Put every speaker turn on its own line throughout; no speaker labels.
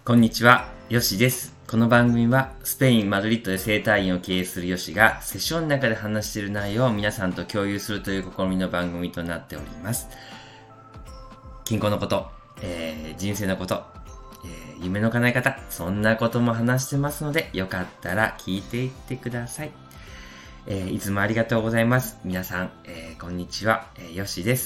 こんにちは、ヨシです。この番組はスペイン・マドリッドで整体院を経営するヨシがセッションの中で話している内容を皆さんと共有するという試みの番組となっております。健康のこと、人生のこと、夢の叶え方、そんなことも話してますので、よかったら聞いていってください。いつもありがとうございます。皆さん、こんにちは、ヨシです。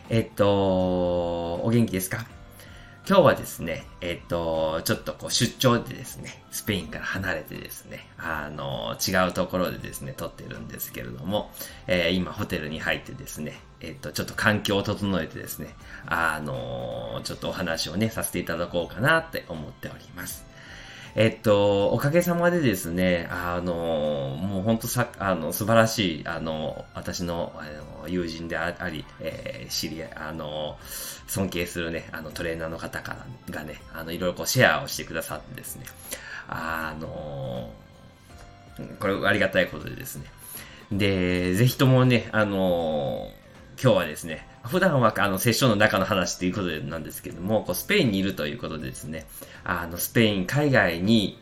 お元気ですか？今日はですね、ちょっと出張でですね、スペインから離れてですね、違うところでですね、撮ってるんですけれども、今ホテルに入ってですね、ちょっと環境を整えてですね、ちょっとお話をね、させていただこうかなって思っております。おかげさまでですね、もう本当素晴らしい、私の、友人であり、尊敬するね、トレーナーの方からがね、いろいろシェアをしてくださってですね、これありがたいことでですね。で、ぜひともね、今日はですね、普段はセッションの中の話っていうことなんですけども、スペインにいるということでですね、スペイン、海外に、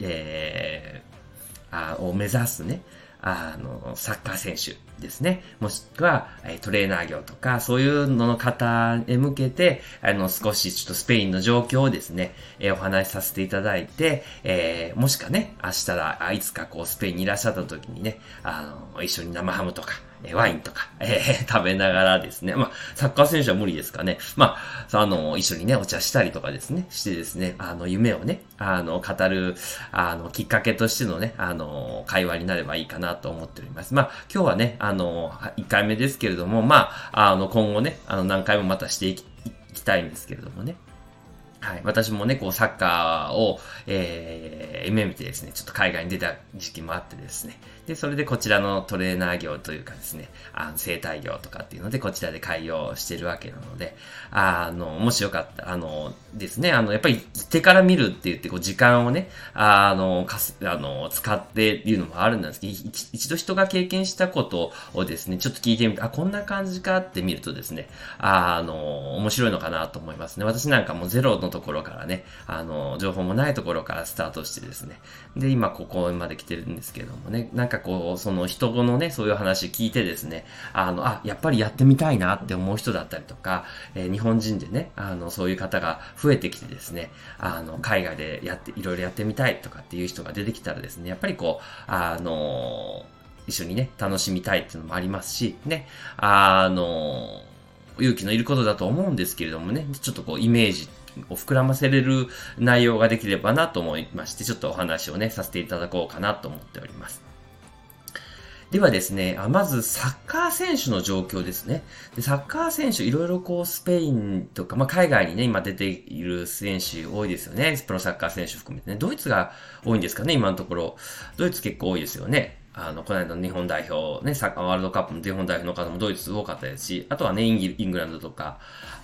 を目指すね、サッカー選手ですね。もしくは、トレーナー業とか、そういうのの方へ向けて、少しちょっとスペインの状況をですね、お話しさせていただいて、もしかね、明日いつかスペインにいらっしゃった時にね、一緒に生ハムとか、ワインとか、食べながらですね、サッカー選手は無理ですかね。一緒にね、お茶したりとかですね、してですね、夢をね、語る、きっかけとしてのね、会話になればいいかなと思っております。今日はね、1回目ですけれども、今後ね、何回もまたしていきたいんですけれどもね。はい。私もね、サッカーを、夢見てですね、ちょっと海外に出た時期もあってですね。で、それでこちらのトレーナー業というかですね、整体業とかっていうので、こちらで開業してるわけなので、もしよかったら、ですね、やっぱり手から見るって言って、時間をね、使ってっていうのもあるんですけど、一度人が経験したことをですね、ちょっと聞いてみて、こんな感じかって見るとですね、面白いのかなと思いますね。私なんかもゼロのところからね、情報もないところからスタートしてですね。で、今ここまで来てるんですけどもね、なんかその人のね、そういう話聞いてですね、やっぱりやってみたいなって思う人だったりとか、日本人でね、そういう方が増えてきてですね、海外でいろいろやってみたいとかっていう人が出てきたらですね、やっぱり一緒にね、楽しみたいっていうのもありますし、ね、勇気のいることだと思うんですけれどもね、ちょっとイメージを膨らませれる内容ができればなと思いまして、ちょっとお話をね、させていただこうかなと思っております。ではですね、まずサッカー選手の状況ですね。でサッカー選手、いろいろスペインとか、海外にね、今出ている選手多いですよね。プロサッカー選手含めてね。ドイツが多いんですかね、今のところ。ドイツ結構多いですよね。この間の日本代表、ね、ワールドカップの日本代表の方もドイツ多かったですし、あとはね、イングランドとか、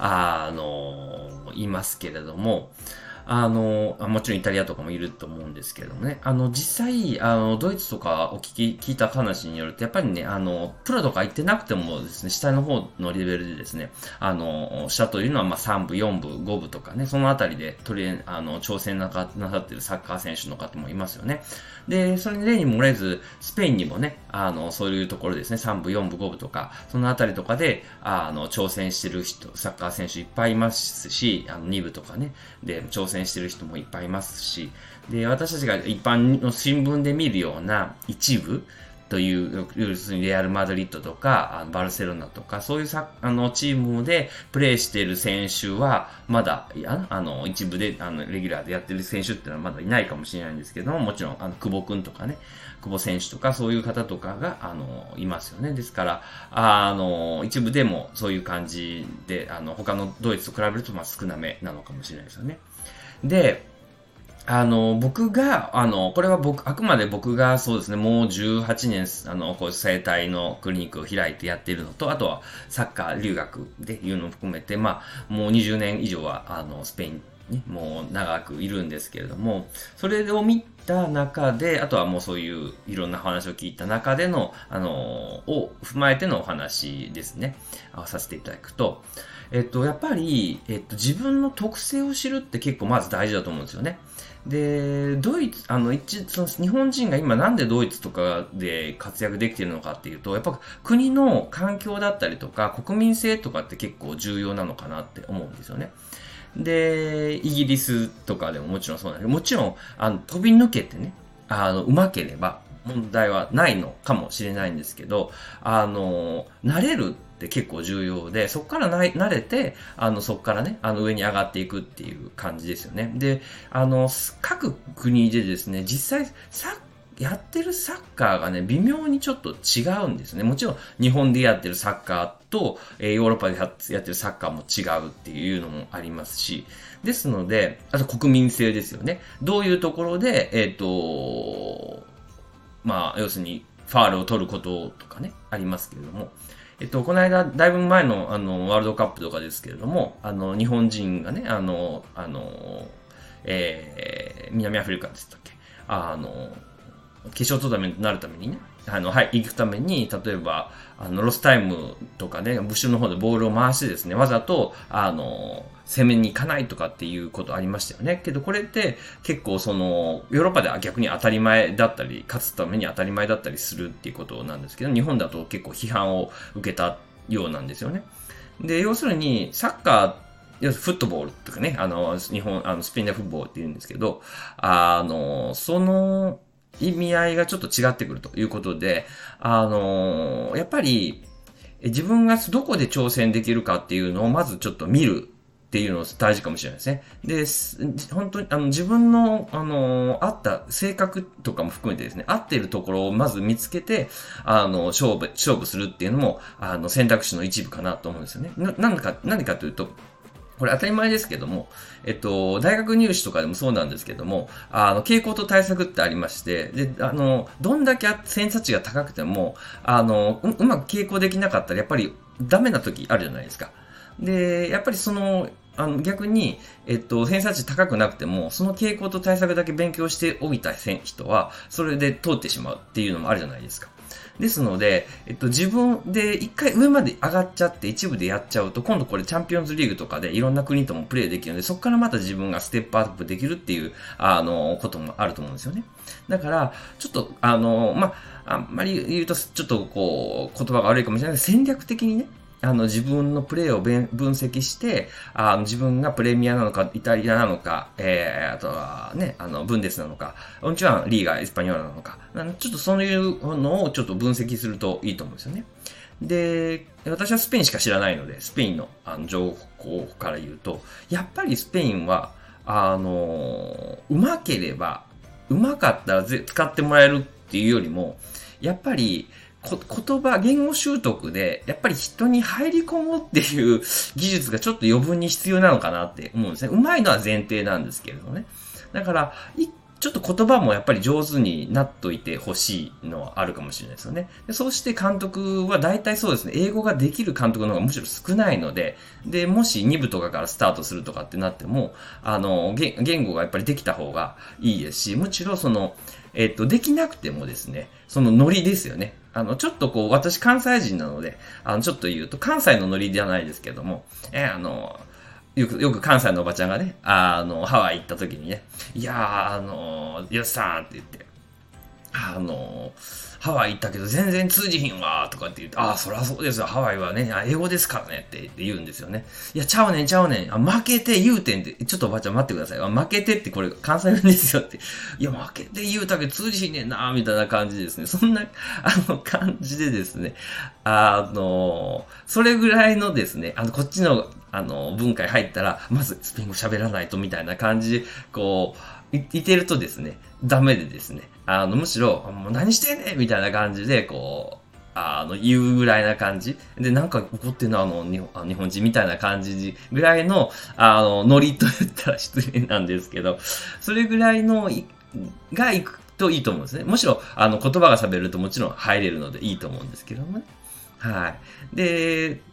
いますけれども、もちろんイタリアとかもいると思うんですけれどもね。実際、ドイツとか聞いた話によると、やっぱりね、プロとか行ってなくてもですね、下の方のレベルでですね、下というのは3部、4部、5部とかね、そのあたりで挑戦なさっているサッカー選手の方もいますよね。で、それに例に漏れず、スペインにもね、そういうところですね、3部、4部、5部とか、そのあたりとかで、挑戦してる人、サッカー選手いっぱいいますし、2部とかね、で、挑戦してる人もいっぱいいますし、で、私たちが一般の新聞で見るような一部という、要するにレアル・マドリッドとか、バルセロナとか、そういうチームでプレーしている選手は、まだ、一部で、レギュラーでやってる選手っていうのはまだいないかもしれないんですけども、もちろん、久保くんとかね、久保選手とか、そういう方とかが、いますよね。ですから、一部でもそういう感じで、他のドイツと比べると、少なめなのかもしれないですよね。で、僕が、これはあくまで僕がそうですね、もう18年、こう整体のクリニックを開いてやっているのと、あとはサッカー留学でいうのを含めて、もう20年以上は、スペインね、もう長くいるんですけれども、それを見た中で、あとはもうそういういろんな話を聞いた中での、を踏まえてのお話ですね、させていただくと、やっぱり、自分の特性を知るって結構まず大事だと思うんですよね。で、ドイツ、その日本人が今なんでドイツとかで活躍できてるのかっていうと、やっぱ国の環境だったりとか、国民性とかって結構重要なのかなって思うんですよね。で、イギリスとかでももちろんそうなんですけど、もちろん、飛び抜けてね、うまければ問題はないのかもしれないんですけど、慣れるって結構重要で、そこから慣れて、そこからね、上に上がっていくっていう感じですよね。で、各国でですね、実際、やってるサッカーがね、微妙にちょっと違うんですね。もちろん、日本でやってるサッカーと、ヨーロッパでやってるサッカーも違うっていうのもありますし、ですので、あと国民性ですよね。どういうところで、まあ、要するに、ファールを取ることとかね、ありますけれども、この間、だいぶ前の、ワールドカップとかですけれども、日本人がね、南アフリカでしたっけ、決勝トーナメントになるためにね、はい、行くために、例えば、ロスタイムとかね、後ろの方でボールを回してですね、わざと、攻めに行かないとかっていうことありましたよね。けどこれって結構その、ヨーロッパでは逆に当たり前だったり、勝つために当たり前だったりするっていうことなんですけど、日本だと結構批判を受けたようなんですよね。で、要するに、サッカー、要するにフットボールとかね、スペインでフットボールって言うんですけど、その、意味合いがちょっと違ってくるということで、やっぱり、自分がどこで挑戦できるかっていうのをまずちょっと見るっていうのが大事かもしれないですね。で、本当に、自分の、合った性格とかも含めてですね、合っているところをまず見つけて、勝負するっていうのも、選択肢の一部かなと思うんですよね。何かというと、これ当たり前ですけども、大学入試とかでもそうなんですけども、傾向と対策ってありまして、で、どんだけ偏差値が高くても、うまく傾向できなかったら、やっぱりダメな時あるじゃないですか。で、やっぱり逆に、偏差値高くなくても、その傾向と対策だけ勉強しておいた人は、それで通ってしまうっていうのもあるじゃないですか。ですので、自分で一回上まで上がっちゃって一部でやっちゃうと、今度これチャンピオンズリーグとかでいろんな国ともプレイできるので、そこからまた自分がステップアップできるっていう、こともあると思うんですよね。だから、ちょっと、あんまり言うと、ちょっとこう、言葉が悪いかもしれないけど、戦略的にね、自分のプレーを分析して、自分がプレミアなのか、イタリアなのか、あとはね、ブンデスなのか、もちろんリーガ、エスパニョーラなのか、ちょっとそういうのをちょっと分析するといいと思うんですよね。で、私はスペインしか知らないので、スペインの情報から言うと、やっぱりスペインは、うまければ、うまかったら使ってもらえるっていうよりも、やっぱり、言語習得で、やっぱり人に入り込むっていう技術がちょっと余分に必要なのかなって思うんですね。うまいのは前提なんですけれどもね。だから、ちょっと言葉もやっぱり上手になっといてほしいのはあるかもしれないですよね。でそうして監督は大体そうですね、英語ができる監督の方がむしろ少ないので、で、もし2部とかからスタートするとかってなっても、言語がやっぱりできた方がいいですし、むしろできなくてもですね、そのノリですよね。ちょっとこう、私関西人なので、ちょっと言うと、関西のノリではないですけども、よく関西のおばちゃんがね、ハワイ行った時にね、いやー、よっさんって言って、ハワイ行ったけど全然通じひんわとかって言って、そりゃそうですよ、ハワイはね、英語ですからねって言うんですよね。いや、ちゃうねん、負けて言うてんって、ちょっとおばちゃん待ってください。負けてってこれ関西弁ですよって。いや、負けて言うたけど通じひんねんなみたいな感じですね。そんな、感じでですね、それぐらいのですね、こっちの、文化に入ったら、まずスペイン語喋らないとみたいな感じで、こう、いてるとですね、ダメでですね、むしろ、もう何してんねんみたいな感じで、こう、言うぐらいな感じ。で、なんか怒ってんの日本人みたいな感じぐらいの、ノリと言ったら失礼なんですけど、それぐらいの、が行くといいと思うんですね。むしろ、言葉が喋るともちろん入れるのでいいと思うんですけどもね。はい。で、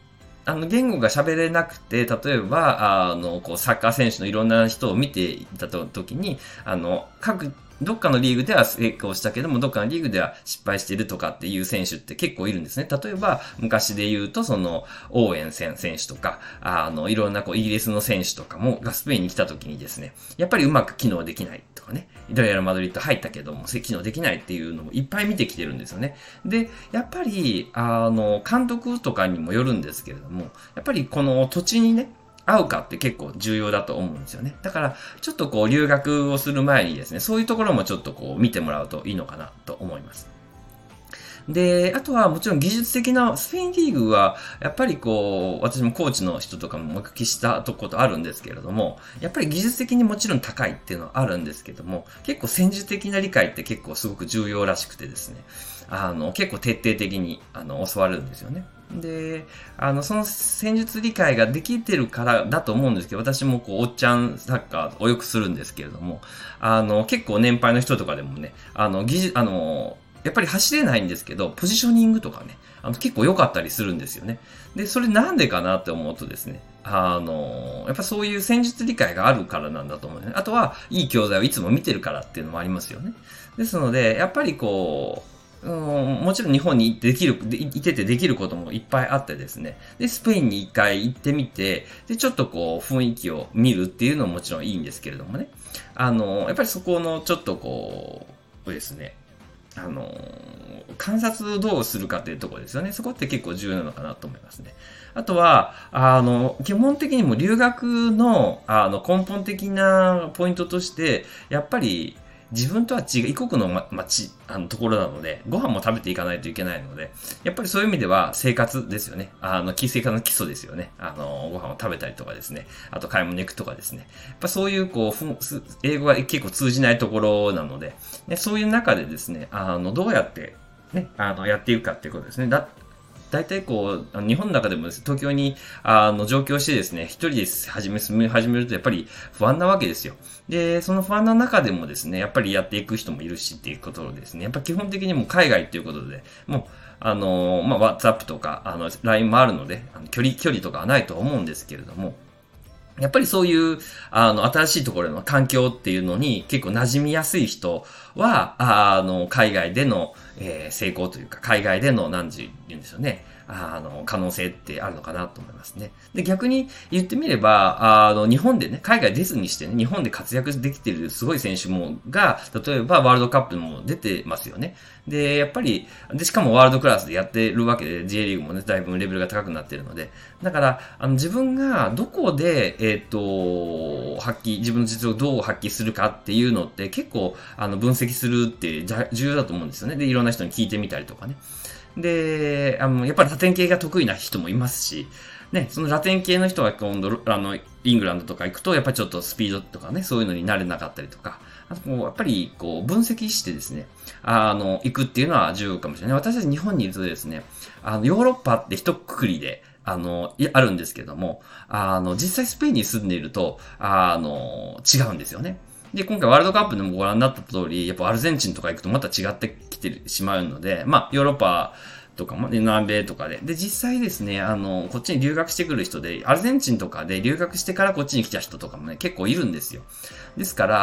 言語が喋れなくて、例えば、こう、サッカー選手のいろんな人を見ていた時に、どっかのリーグでは成功したけども、どっかのリーグでは失敗しているとかっていう選手って結構いるんですね。例えば、昔で言うと、オーエン選手とか、いろんなこう、イギリスの選手とかも、がスペインに来た時にですね、やっぱりうまく機能できないとかね、レアルマドリッド入ったけども、機能できないっていうのもいっぱい見てきてるんですよね。で、やっぱり、監督とかにもよるんですけれども、やっぱりこの土地にね、合うかって結構重要だと思うんですよね。だから、ちょっとこう留学をする前にですね、そういうところもちょっとこう見てもらうといいのかなと思います。で、あとはもちろん技術的なスペインリーグは、やっぱりこう、私もコーチの人とかもお聞きしたことあるんですけれども、やっぱり技術的にもちろん高いっていうのはあるんですけども、結構戦術的な理解って結構すごく重要らしくてですね、結構徹底的に、教わるんですよね。で、その戦術理解ができてるからだと思うんですけど、私もこう、おっちゃんサッカーをよくするんですけれども、結構年配の人とかでもね、やっぱり走れないんですけど、ポジショニングとかね、結構良かったりするんですよね。で、それなんでかなって思うとですね、やっぱそういう戦術理解があるからなんだと思うね。あとは、いい教材をいつも見てるからっていうのもありますよね。ですので、やっぱりこう、もちろん日本にいててできることもいっぱいあってですね。で、スペインに一回行ってみて、で、ちょっとこう、雰囲気を見るっていうのももちろんいいんですけれどもね。やっぱりそこのちょっとこう、ですね、観察をどうするかっていうところですよね。そこって結構重要なのかなと思いますね。あとは、基本的にも留学の、根本的なポイントとして、やっぱり、自分とは違う、異国の街、ところなので、ご飯も食べていかないといけないので、やっぱりそういう意味では生活ですよね。生活の基礎ですよね。ご飯を食べたりとかですね。あと買い物行くとかですね。やっぱそういうこう、英語が結構通じないところなので、そういう中でですね、どうやってね、やっていくかっていうことですね。大体こう、日本の中でもですね、東京に、上京してですね、一人で住み始めるとやっぱり不安なわけですよ。で、その不安な中でもですね、やっぱりやっていく人もいるしっていうことですね、やっぱ基本的にもう海外っていうことで、もう、WhatsApp とか、LINE もあるので、距離とかはないと思うんですけれども、やっぱりそういう、新しいところの環境っていうのに結構馴染みやすい人は、海外での、成功というか、海外での、言うんでしょうね。可能性ってあるのかなと思いますね。で、逆に言ってみれば、日本でね、海外出ずにしてね、日本で活躍できてるすごい選手が、例えばワールドカップも出てますよね。で、やっぱり、しかもワールドクラスでやってるわけで、J リーグもね、だいぶレベルが高くなってるので、だから、自分がどこで、自分の実力をどう発揮するかっていうのって結構、分析するって重要だと思うんですよね。で、いろんな人に聞いてみたりとかね。で、やっぱりラテン系が得意な人もいますし、ね、そのラテン系の人が今度、イングランドとか行くと、やっぱりちょっとスピードとかね、そういうのに慣れなかったりとか、あとやっぱり、こう、分析してですね、行くっていうのは重要かもしれない。私たち日本にいるとですね、ヨーロッパって一括りで、あるんですけども、実際スペインに住んでいると、違うんですよね。で、今回ワールドカップでもご覧になった通り、やっぱアルゼンチンとか行くとまた違ってきてしまうので、ヨーロッパとかもね、南米とかで。で、実際ですね、こっちに留学してくる人で、アルゼンチンとかで留学してからこっちに来た人とかもね、結構いるんですよ。ですから、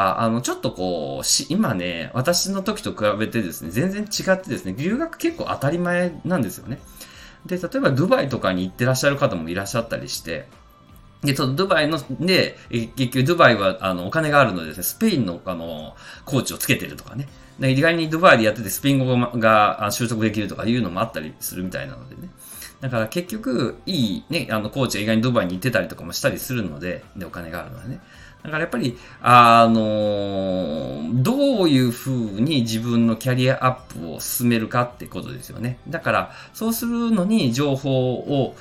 ちょっとこう、今ね、私の時と比べてですね、全然違ってですね、留学結構当たり前なんですよね。で、例えばドバイとかに行ってらっしゃる方もいらっしゃったりして、で、ドバイで、結局ドバイは、お金があるのでですね、スペインの、コーチをつけてるとかね。で意外にドバイでやっててスペイン語が習得できるとかいうのもあったりするみたいなのでね。だから結局、いいね、コーチが意外にドバイに行ってたりとかもしたりするので、お金があるのでね。だからやっぱり、どういう風に自分のキャリアアップを進めるかってことですよね。だから、そうするのに情報を、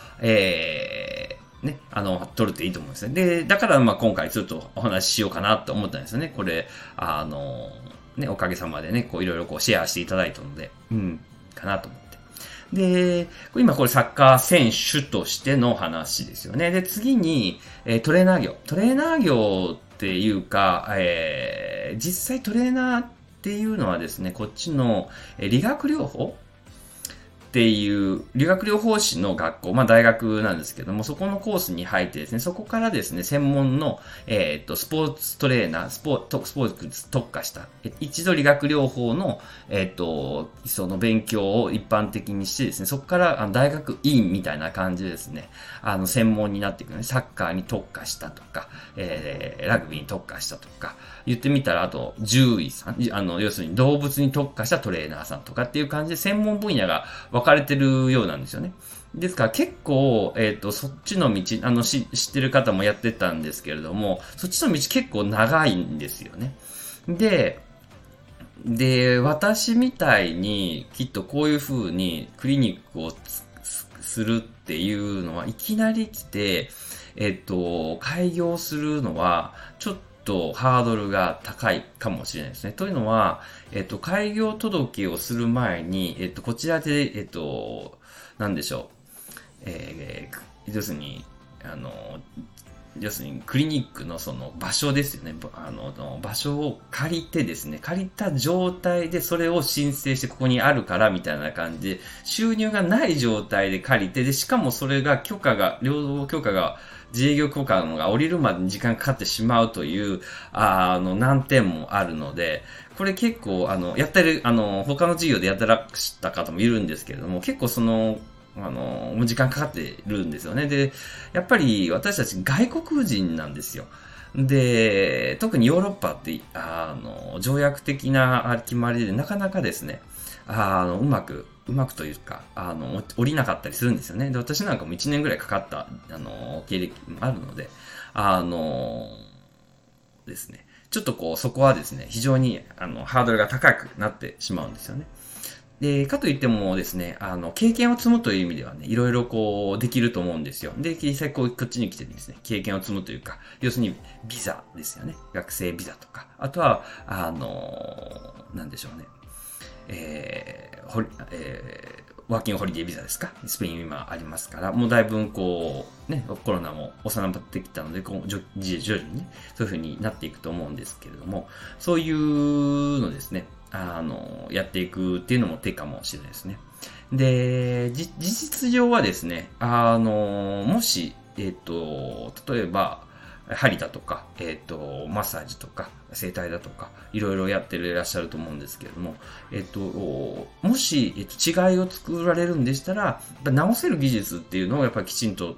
取るっていいと思うんですね。で、だから、今回ちょっとお話ししようかなと思ったんですよね。これ、おかげさまでね、こういろいろシェアしていただいたので、かなと思って。で、今これサッカー選手としての話ですよね。で、次に、トレーナー業。トレーナー業っていうか、実際トレーナーっていうのはですね、こっちの理学療法っていう理学療法士の学校、大学なんですけども、そこのコースに入ってですね、そこからですね、専門の、スポーツトレーナー、スポーツ特化した、一度理学療法の、その勉強を一般的にしてですね、そこから大学院みたいな感じでですね、専門になっていくね、サッカーに特化したとか、ラグビーに特化したとか、言ってみたら、あと、獣医さん、要するに動物に特化したトレーナーさんとかっていう感じで専門分野が分かれてるようなんですよね。ですから結構、そっちの道、知ってる方もやってたんですけれども、そっちの道結構長いんですよね。で、私みたいにきっとこういう風にクリニックをするっていうのはいきなり来て、開業するのはちょっとハードルが高いかもしれないですね。というのは、開業届をする前に、こちらで、なんでしょう。要するに、クリニックのその場所ですよね。場所を借りてですね、借りた状態でそれを申請してここにあるからみたいな感じで、収入がない状態で借りて、で、しかもそれが労働許可が、自営業許可が下りるまでに時間かかってしまうという、難点もあるので、これ結構、やってる、他の事業でやってらした方もいるんですけれども、結構もう時間かかってるんですよね。で、やっぱり私たち外国人なんですよ。で、特にヨーロッパって、条約的な決まりでなかなかですね、うまくというか、降りなかったりするんですよね。で、私なんかも1年ぐらいかかった、経歴もあるので、ですね、ちょっとそこはですね、非常に、ハードルが高くなってしまうんですよね。で、かといってもですね、経験を積むという意味ではね、いろいろできると思うんですよ。で、実際こっちに来てですね、経験を積むというか、要するにビザですよね。学生ビザとか。あとは、なんでしょうね。ワーキングホリデービザですか？スペイン今ありますから、もうだいぶコロナも収まってきたので、徐々にね、そういう風になっていくと思うんですけれども、そういうのですね、やっていくっていうのも手かもしれないですね。で、事実上はですね、もし、例えば、針だとか、マッサージとか、整体だとか、いろいろやっていらっしゃると思うんですけれども、もし、違いを作られるんでしたら、直せる技術っていうのをやっぱりきちんと、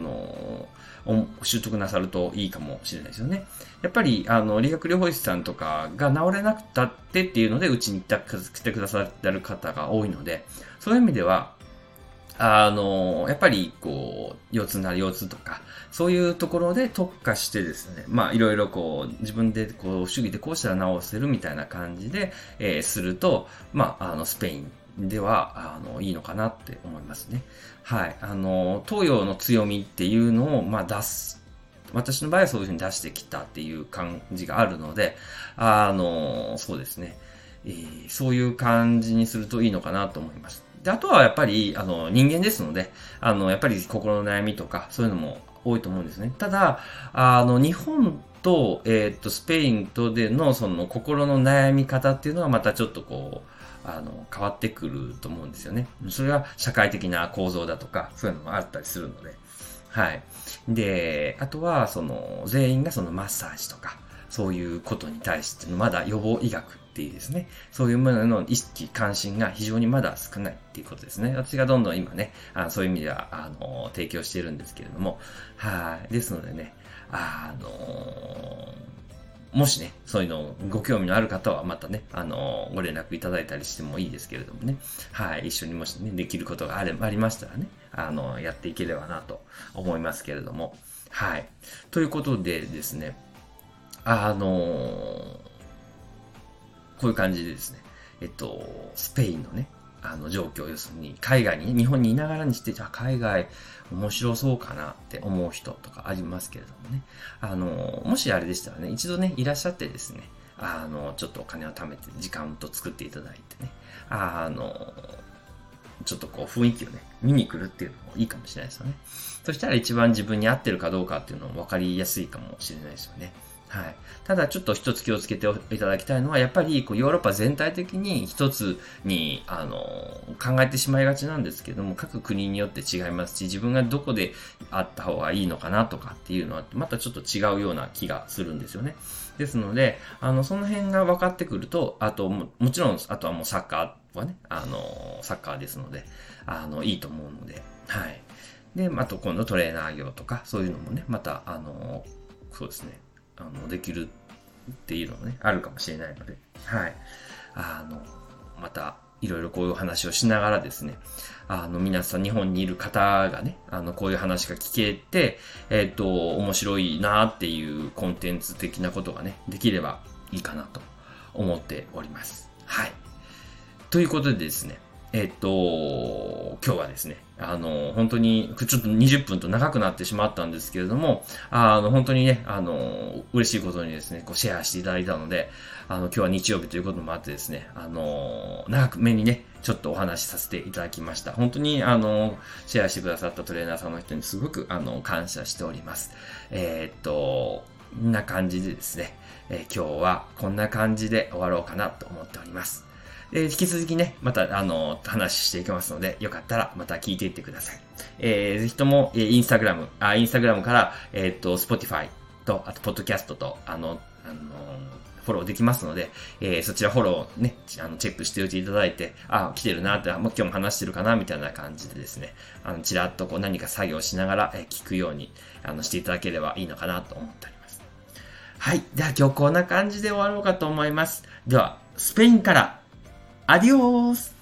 習得なさるといいかもしれないですよね。やっぱり、理学療法士さんとかが治れなくたってっていうので、うちに来てくださってる方が多いので、そういう意味では、やっぱり、腰痛なら腰痛とか、そういうところで特化してですね、いろいろ自分で主義でこうしたら治せるみたいな感じで、すると、スペインでは、いいのかなって思いますね。はい。東洋の強みっていうのを、私の場合はそういうふうに出してきたっていう感じがあるので、そうですね。そういう感じにするといいのかなと思います。で、あとはやっぱり、人間ですので、やっぱり心の悩みとか、そういうのも多いと思うんですね。ただ、日本と、スペインとでの、その心の悩み方っていうのはまたちょっと変わってくると思うんですよね。それは社会的な構造だとか、そういうのもあったりするので。はい。で、あとは、全員がマッサージとか、そういうことに対してのまだ予防医学っていうですね、そういうものの意識、関心が非常にまだ少ないっていうことですね。私がどんどん今ね、そういう意味では、提供しているんですけれども、はい。ですのでね、もしね、そういうのご興味のある方はまたね、ご連絡いただいたりしてもいいですけれどもね、はい。一緒にもしね、できることがありましたらね、やっていければなと思いますけれども、はい。ということでですね、こういう感じでですね、スペインのね、状況、要するに海外に、日本にいながらにして、じゃあ海外面白そうかなって思う人とかありますけれどもね。もしあれでしたらね、一度ね、いらっしゃってですね、ちょっとお金を貯めて、時間と作っていただいてね、ちょっと雰囲気をね、見に来るっていうのもいいかもしれないですよね。そしたら一番自分に合ってるかどうかっていうのも分かりやすいかもしれないですよね。 はい。ただちょっと一つ気をつけていただきたいのは、やっぱりこうヨーロッパ全体的に一つに、考えてしまいがちなんですけども、各国によって違いますし、自分がどこであった方がいいのかなとかっていうのは、またちょっと違うような気がするんですよね。ですので、その辺が分かってくると、あともちろん、あとはもうサッカーはね、サッカーですので、いいと思うので、はい。で、あと今度トレーナー業とか、そういうのもね、また、そうですね、できるっていうのもね、あるかもしれないので、はい。また、いろいろこういう話をしながらですね、皆さん日本にいる方がね、こういう話が聞けて、面白いなっていうコンテンツ的なことがね、できればいいかなと思っております。はい。ということでですね、今日はですね、本当に、ちょっと20分と長くなってしまったんですけれども、本当にね、嬉しいことにですね、こうシェアしていただいたので、今日は日曜日ということもあってですね、長く目にね、ちょっとお話しさせていただきました。本当に、シェアしてくださったトレーナーさんの人にすごく、感謝しております。こんな感じでですね、今日はこんな感じで終わろうかなと思っております。引き続きね、また、話していきますので、よかったらまた聞いていってください。ぜひとも、インスタグラムから、Spotify と、あと、ポッドキャストと、フォローできますので、そちらフォローね、チェックしておいていただいて、来てるなって、今日も話してるかな、みたいな感じでですね、ちらっとこう何か作業しながら、聞くように、していただければいいのかなと思っております。はい。では今日こんな感じで終わろうかと思います。では、スペインから、アディオース